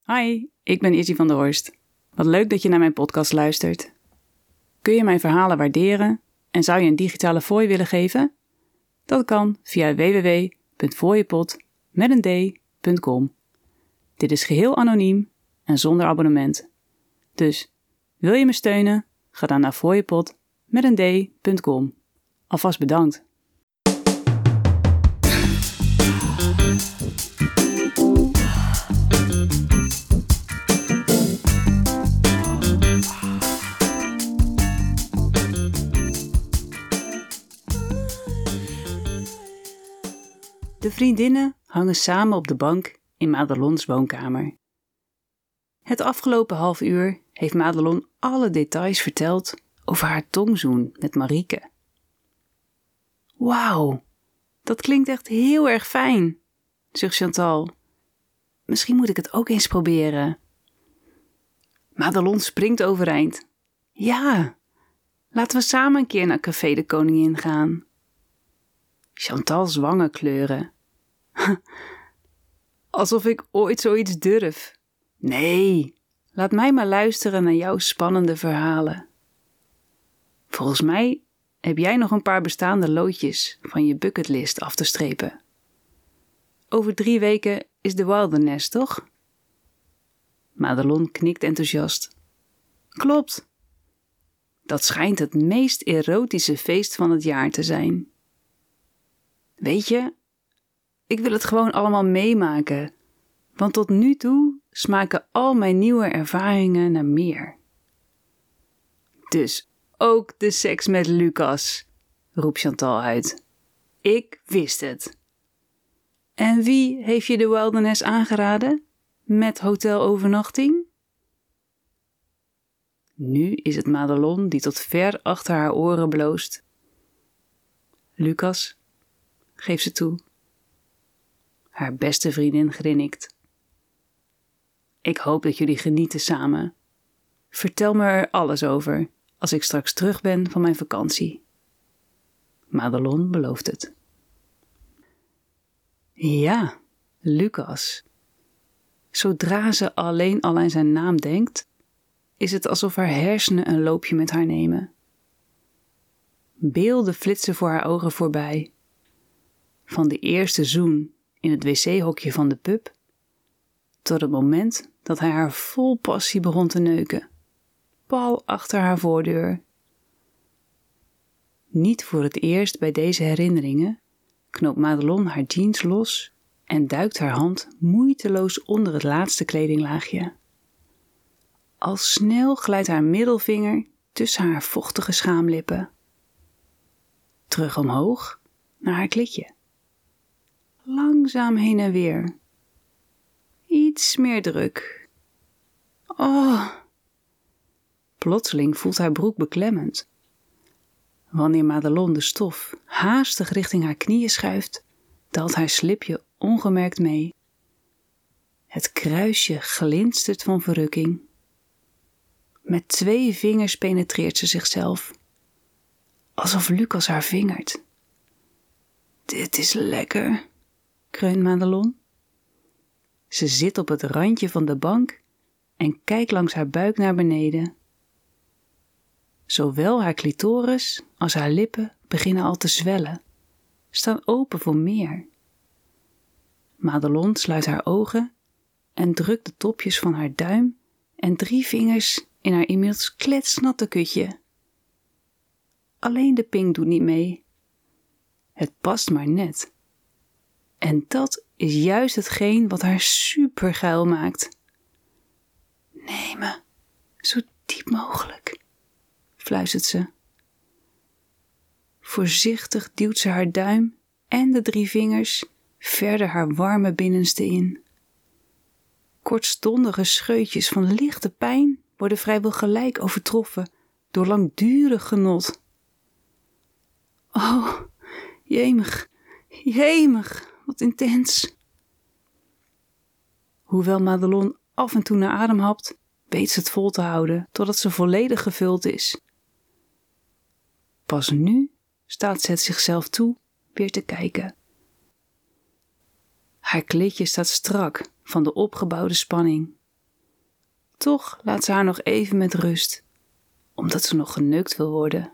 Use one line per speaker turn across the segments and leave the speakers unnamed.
Hi, ik ben Izzy van der Horst. Wat leuk dat je naar mijn podcast luistert. Kun je mijn verhalen waarderen en zou je een digitale fooi willen geven? Dat kan via www.fooiepot.com. Dit is geheel anoniem en zonder abonnement. Dus wil je me steunen? Ga dan naar fooiepot.com. Alvast bedankt. De vriendinnen hangen samen op de bank in Madelons woonkamer. Het afgelopen half uur heeft Madelon alle details verteld over haar tongzoen met Marieke. Wauw, dat klinkt echt heel erg fijn, zucht Chantal. Misschien moet ik het ook eens proberen. Madelon springt overeind. Ja, laten we samen een keer naar Café de Koningin gaan. Chantals wangen kleuren. Alsof ik ooit zoiets durf. Nee, laat mij maar luisteren naar jouw spannende verhalen. Volgens mij heb jij nog een paar bestaande loodjes van je bucketlist af te strepen. Over 3 weken is de Wilderness, toch? Madelon knikt enthousiast. Klopt. Dat schijnt het meest erotische feest van het jaar te zijn. Weet je, ik wil het gewoon allemaal meemaken, want tot nu toe smaken al mijn nieuwe ervaringen naar meer. Dus ook de seks met Lucas, roept Chantal uit. Ik wist het. En wie heeft je de Wilderness aangeraden? Met hotelovernachting? Nu is het Madelon die tot ver achter haar oren bloost. Lucas, geeft ze toe. Haar beste vriendin grinnikt. Ik hoop dat jullie genieten samen. Vertel me er alles over als ik straks terug ben van mijn vakantie. Madelon belooft het. Ja, Lucas. Zodra ze alleen al aan zijn naam denkt, is het alsof haar hersenen een loopje met haar nemen. Beelden flitsen voor haar ogen voorbij. Van de eerste zoen in het wc-hokje van de pub, tot het moment dat hij haar vol passie begon te neuken, pal achter haar voordeur. Niet voor het eerst bij deze herinneringen knoopt Madelon haar jeans los en duikt haar hand moeiteloos onder het laatste kledinglaagje. Al snel glijdt haar middelvinger tussen haar vochtige schaamlippen. Terug omhoog naar haar klitje. Langzaam heen en weer. Iets meer druk. Oh. Plotseling voelt haar broek beklemmend. Wanneer Madelon de stof haastig richting haar knieën schuift, daalt haar slipje ongemerkt mee. Het kruisje glinstert van verrukking. Met 2 vingers penetreert ze zichzelf. Alsof Lucas haar vingert. Dit is lekker, kreunt Madelon. Ze zit op het randje van de bank en kijkt langs haar buik naar beneden. Zowel haar clitoris als haar lippen beginnen al te zwellen, staan open voor meer. Madelon sluit haar ogen en drukt de topjes van haar duim en 3 vingers in haar inmiddels kletsnatte kutje. Alleen de pink doet niet mee. Het past maar net. En dat is juist hetgeen wat haar supergeil maakt. Neem me, zo diep mogelijk, fluistert ze. Voorzichtig duwt ze haar duim en de 3 vingers verder haar warme binnenste in. Kortstondige scheutjes van lichte pijn worden vrijwel gelijk overtroffen door langdurig genot. Oh, jemig, wat intens. Hoewel Madelon af en toe naar adem hapt, weet ze het vol te houden totdat ze volledig gevuld is. Pas nu staat ze het zichzelf toe weer te kijken. Haar kleedje staat strak van de opgebouwde spanning Toch laat ze haar nog even met rust, omdat ze nog geneukt wil worden.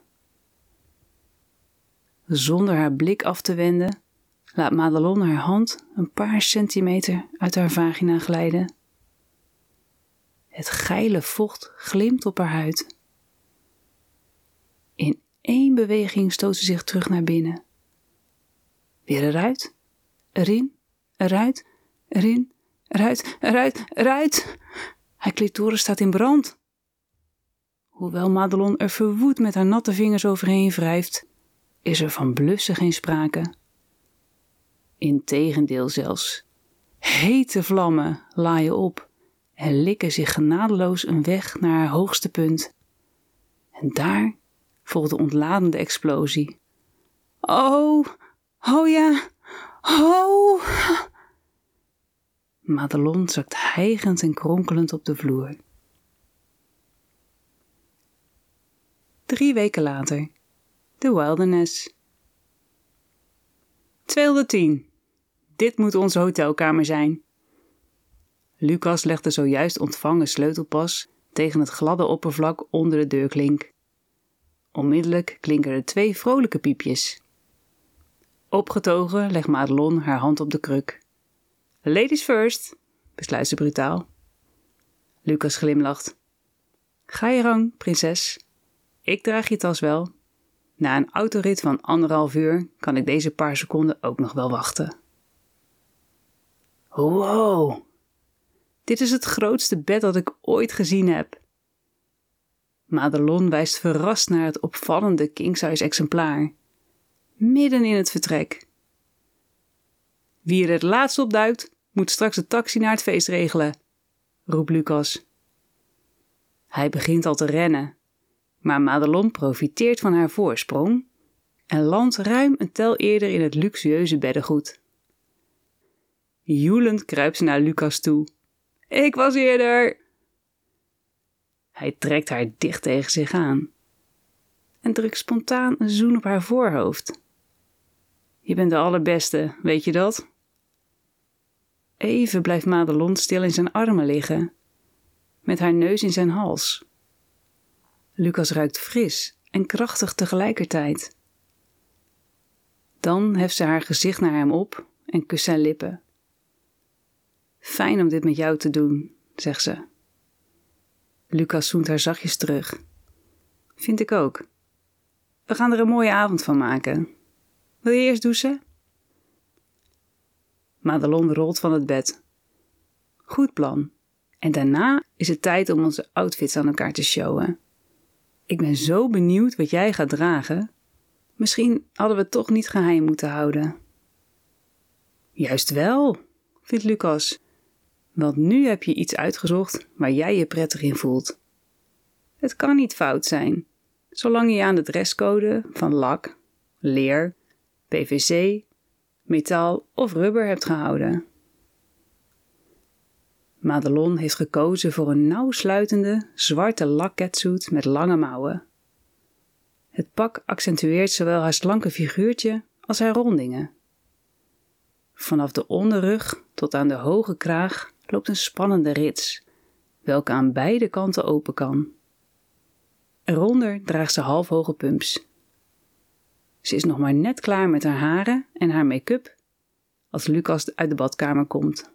Zonder haar blik af te wenden, laat Madelon haar hand een paar centimeter uit haar vagina glijden. Het geile vocht glimt op haar huid. In 1 beweging stoot ze zich terug naar binnen. Weer eruit, erin, eruit, erin, eruit, eruit, eruit. Haar clitoris staat in brand. Hoewel Madelon er verwoed met haar natte vingers overheen wrijft, is er van blussen geen sprake. Integendeel zelfs. Hete vlammen laaien op en likken zich genadeloos een weg naar haar hoogste punt. En daar volgt de ontladende explosie. Oh, oh ja, oh! Madelon zakt hijgend en kronkelend op de vloer. 3 weken later. The Wilderness. 210. Dit moet onze hotelkamer zijn. Lucas legde zojuist ontvangen sleutelpas tegen het gladde oppervlak onder de deurklink. Onmiddellijk klinken er 2 vrolijke piepjes. Opgetogen legt Madelon haar hand op de kruk. Ladies first, besluit ze brutaal. Lucas glimlacht. Ga je gang, prinses. Ik draag je tas wel. Na een autorit van 1,5 uur kan ik deze paar seconden ook nog wel wachten. Wow, dit is het grootste bed dat ik ooit gezien heb. Madelon wijst verrast naar het opvallende king-size exemplaar. Midden in het vertrek. Wie er het laatst opduikt, moet straks de taxi naar het feest regelen, roept Lucas. Hij begint al te rennen, maar Madelon profiteert van haar voorsprong en landt ruim een tel eerder in het luxueuze beddengoed. Joelend kruipt ze naar Lucas toe. Ik was eerder! Hij trekt haar dicht tegen zich aan en drukt spontaan een zoen op haar voorhoofd. Je bent de allerbeste, weet je dat? Even blijft Madelon stil in zijn armen liggen, met haar neus in zijn hals. Lucas ruikt fris en krachtig tegelijkertijd. Dan heft ze haar gezicht naar hem op en kust zijn lippen. Fijn om dit met jou te doen, zegt ze. Lucas zoent haar zachtjes terug. Vind ik ook. We gaan er een mooie avond van maken. Wil je eerst douchen? Madelon rolt van het bed. Goed plan. En daarna is het tijd om onze outfits aan elkaar te showen. Ik ben zo benieuwd wat jij gaat dragen. Misschien hadden we het toch niet geheim moeten houden. Juist wel, vindt Lucas. Want nu heb je iets uitgezocht waar jij je prettig in voelt. Het kan niet fout zijn, zolang je je aan de dresscode van lak, leer, PVC, metaal of rubber hebt gehouden. Madelon heeft gekozen voor een nauwsluitende zwarte lakcatsuit met lange mouwen. Het pak accentueert zowel haar slanke figuurtje als haar rondingen. Vanaf de onderrug tot aan de hoge kraag loopt een spannende rits, welke aan beide kanten open kan. Eronder draagt ze halfhoge pumps. Ze is nog maar net klaar met haar haren en haar make-up als Lucas uit de badkamer komt.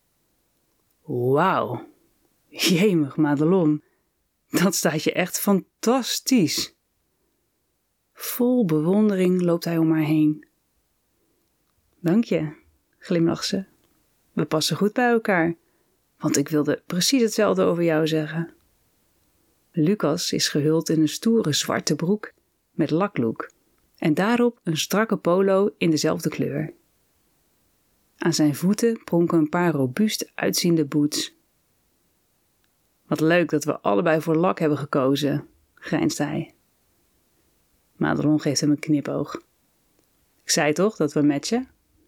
Wauw, jemig Madelon, dat staat je echt fantastisch. Vol bewondering loopt hij om haar heen. Dank je, glimlacht ze. We passen goed bij elkaar, want ik wilde precies hetzelfde over jou zeggen. Lucas is gehuld in een stoere zwarte broek met laklook en daarop een strakke polo in dezelfde kleur. Aan zijn voeten pronken een paar robuust uitziende boots. Wat leuk dat we allebei voor lak hebben gekozen, grijnst hij. Madelon geeft hem een knipoog. Ik zei toch dat we matchen?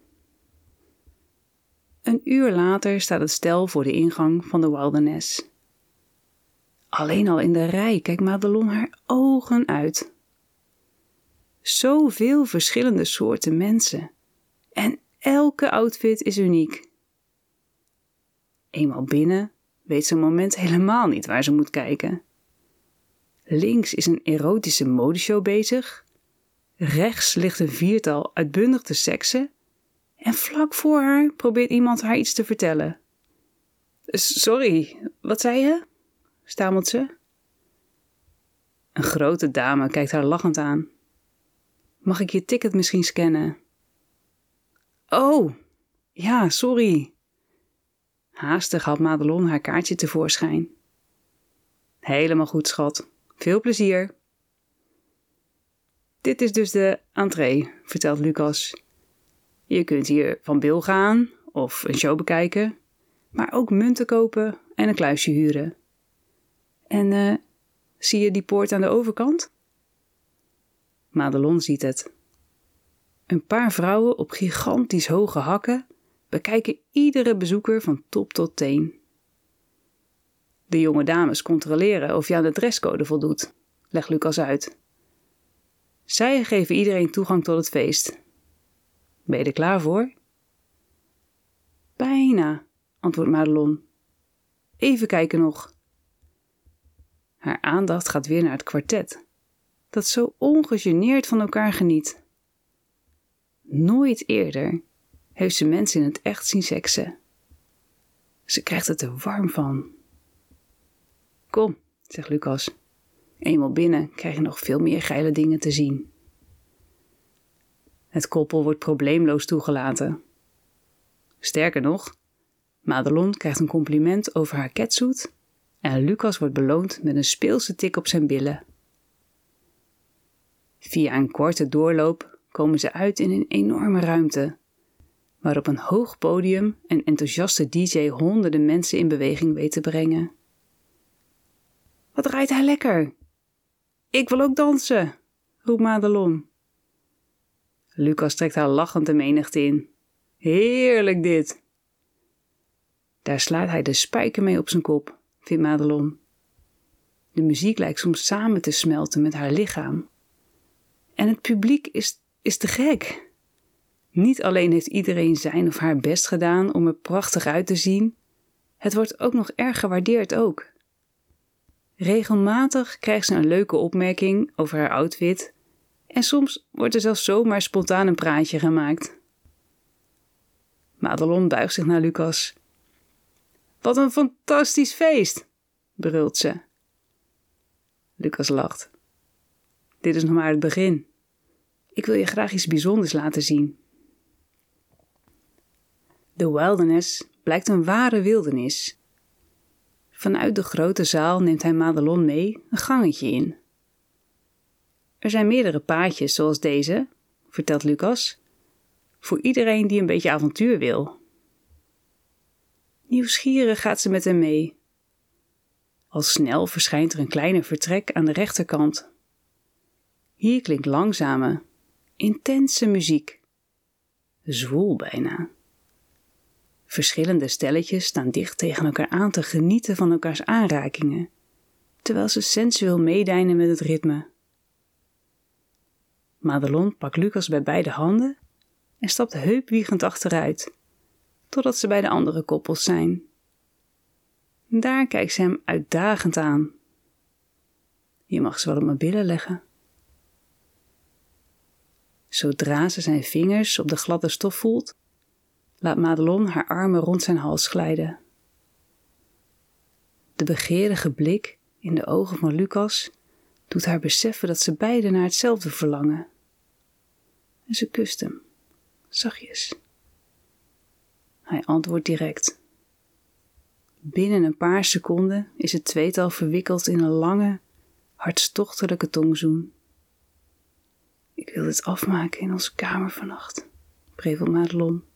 Een uur later staat het stel voor de ingang van de Wilderness. Alleen al in de rij kijkt Madelon haar ogen uit. Zoveel verschillende soorten mensen. En elke outfit is uniek. Eenmaal binnen weet zo'n moment helemaal niet waar ze moet kijken. Links is een erotische modeshow bezig. Rechts ligt een viertal uitbundig te seksen. En vlak voor haar probeert iemand haar iets te vertellen. Sorry, wat zei je? Stamelt ze. Een grote dame kijkt haar lachend aan. Mag ik je ticket misschien scannen? Oh, ja, sorry. Haastig haalt Madelon haar kaartje tevoorschijn. Helemaal goed, schat. Veel plezier. Dit is dus de entree, vertelt Lucas. Je kunt hier van Bill gaan of een show bekijken, maar ook munten kopen en een kluisje huren. En zie je die poort aan de overkant? Madelon ziet het. Een paar vrouwen op gigantisch hoge hakken bekijken iedere bezoeker van top tot teen. De jonge dames controleren of je aan de dresscode voldoet, legt Lucas uit. Zij geven iedereen toegang tot het feest. Ben je er klaar voor? Bijna, antwoordt Madelon. Even kijken nog. Haar aandacht gaat weer naar het kwartet, dat zo ongegeneerd van elkaar geniet. Nooit eerder heeft ze mensen in het echt zien seksen. Ze krijgt het er warm van. Kom, zegt Lucas. Eenmaal binnen krijg je nog veel meer geile dingen te zien. Het koppel wordt probleemloos toegelaten. Sterker nog, Madelon krijgt een compliment over haar catsuit en Lucas wordt beloond met een speelse tik op zijn billen. Via een korte doorloop komen ze uit in een enorme ruimte, waar op een hoog podium een enthousiaste DJ honderden mensen in beweging weet te brengen. Wat draait hij lekker! Ik wil ook dansen, roept Madelon. Lucas trekt haar lachend de menigte in. Heerlijk dit! Daar slaat hij de spijker mee op zijn kop, vindt Madelon. De muziek lijkt soms samen te smelten met haar lichaam. En het publiek is te gek. Niet alleen heeft iedereen zijn of haar best gedaan om er prachtig uit te zien, het wordt ook nog erg gewaardeerd ook. Regelmatig krijgt ze een leuke opmerking over haar outfit en soms wordt er zelfs zomaar spontaan een praatje gemaakt. Madelon buigt zich naar Lucas. Wat een fantastisch feest, brult ze. Lucas lacht. Dit is nog maar het begin. Ik wil je graag iets bijzonders laten zien. De Wilderness blijkt een ware wildernis. Vanuit de grote zaal neemt hij Madelon mee een gangetje in. Er zijn meerdere paadjes zoals deze, vertelt Lucas, voor iedereen die een beetje avontuur wil. Nieuwsgierig gaat ze met hem mee. Al snel verschijnt er een kleiner vertrek aan de rechterkant. Hier klinkt langzame, intense muziek. Zwoel bijna. Verschillende stelletjes staan dicht tegen elkaar aan te genieten van elkaars aanrakingen, terwijl ze sensueel meedijnen met het ritme. Madelon pakt Lucas bij beide handen en stapt heupwiegend achteruit, totdat ze bij de andere koppels zijn. Daar kijkt ze hem uitdagend aan. Je mag ze wel op mijn billen leggen. Zodra ze zijn vingers op de gladde stof voelt, laat Madelon haar armen rond zijn hals glijden. De begeerige blik in de ogen van Lucas doet haar beseffen dat ze beiden naar hetzelfde verlangen. En ze kust hem, zachtjes. Hij antwoordt direct. Binnen een paar seconden is het tweetal verwikkeld in een lange, hartstochtelijke tongzoen. Ik wil dit afmaken in onze kamer vannacht, prevelt Madelon.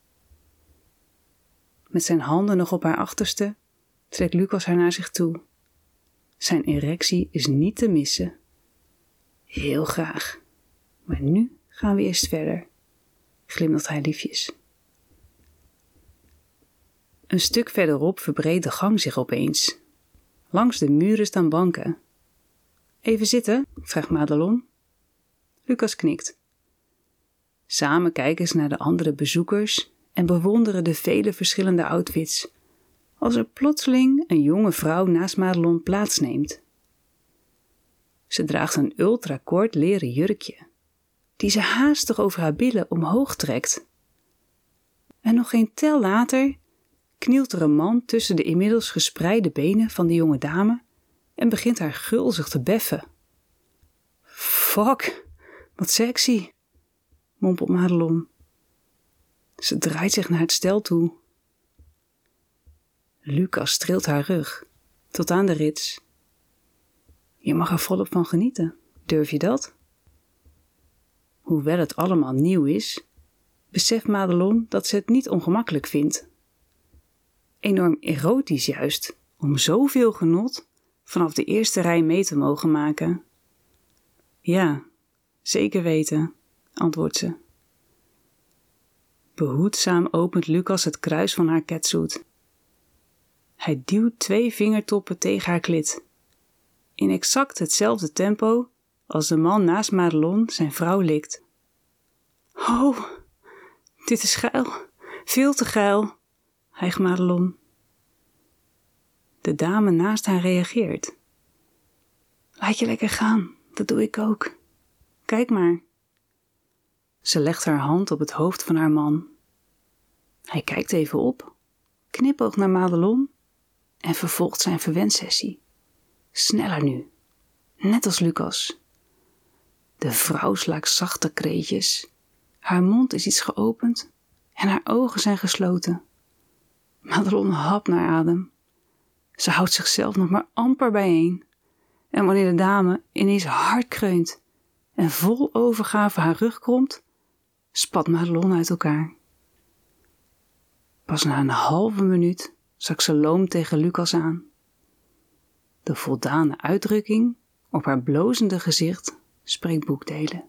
Met zijn handen nog op haar achterste trekt Lucas haar naar zich toe. Zijn erectie is niet te missen. Heel graag. Maar nu gaan we eerst verder, glimlacht hij liefjes. Een stuk verderop verbreedt de gang zich opeens. Langs de muren staan banken. Even zitten, vraagt Madelon. Lucas knikt. Samen kijken ze naar de andere bezoekers en bewonderen de vele verschillende outfits, als er plotseling een jonge vrouw naast Madelon plaatsneemt. Ze draagt een ultrakort leren jurkje, die ze haastig over haar billen omhoog trekt. En nog geen tel later knielt er een man tussen de inmiddels gespreide benen van de jonge dame en begint haar gulzig te beffen. Fuck, wat sexy, mompelt Madelon. Ze draait zich naar het stel toe. Lucas streelt haar rug, tot aan de rits. Je mag er volop van genieten, durf je dat? Hoewel het allemaal nieuw is, beseft Madelon dat ze het niet ongemakkelijk vindt. Enorm erotisch juist, om zoveel genot vanaf de eerste rij mee te mogen maken. Ja, zeker weten, antwoordt ze. Behoedzaam opent Lucas het kruis van haar catsuit. Hij duwt 2 vingertoppen tegen haar klit. In exact hetzelfde tempo als de man naast Madelon zijn vrouw likt. Oh, dit is geil. Veel te geil, hijgt Madelon. De dame naast haar reageert. Laat je lekker gaan, dat doe ik ook. Kijk maar. Ze legt haar hand op het hoofd van haar man. Hij kijkt even op, knipoogt naar Madelon en vervolgt zijn verwenssessie. Sneller nu, net als Lucas. De vrouw slaakt zachte kreetjes. Haar mond is iets geopend en haar ogen zijn gesloten. Madelon hapt naar adem. Ze houdt zichzelf nog maar amper bijeen. En wanneer de dame ineens hard kreunt en vol overgave haar rug kromt, spat Madelon uit elkaar. Pas na een halve minuut zakt ze loom tegen Lucas aan. De voldane uitdrukking op haar blozende gezicht spreekt boekdelen.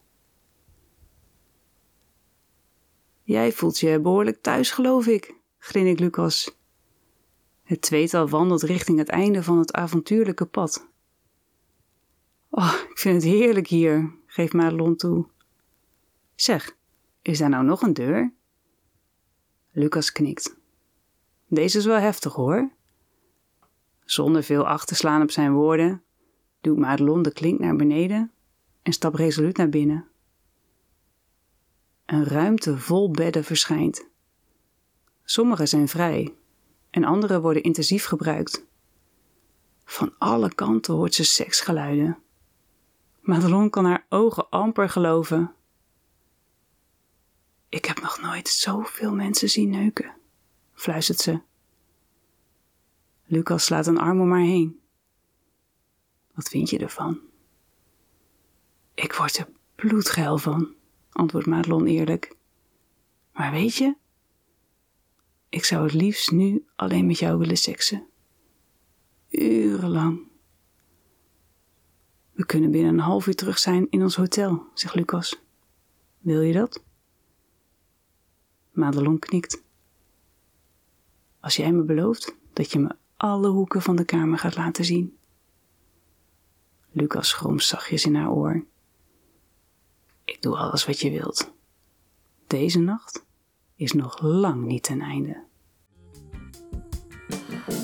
Jij voelt je behoorlijk thuis, geloof ik, grinnikt Lucas. Het tweetal wandelt richting het einde van het avontuurlijke pad. Oh, ik vind het heerlijk hier, geeft Madelon toe. Zeg, is daar nou nog een deur? Lucas knikt. Deze is wel heftig, hoor. Zonder veel acht te slaan op zijn woorden, duwt Madelon de klink naar beneden en stapt resoluut naar binnen. Een ruimte vol bedden verschijnt. Sommige zijn vrij en andere worden intensief gebruikt. Van alle kanten hoort ze seksgeluiden. Madelon kan haar ogen amper geloven. Ik heb nog nooit zoveel mensen zien neuken, fluistert ze. Lucas slaat een arm om haar heen. Wat vind je ervan? Ik word er bloedgeil van, antwoordt Madelon eerlijk. Maar weet je, ik zou het liefst nu alleen met jou willen seksen. Urenlang. We kunnen binnen een half uur terug zijn in ons hotel, zegt Lucas. Wil je dat? Madelon knikt. Als jij me belooft dat je me alle hoeken van de kamer gaat laten zien. Lucas gromt zachtjes in haar oor. Ik doe alles wat je wilt. Deze nacht is nog lang niet ten einde.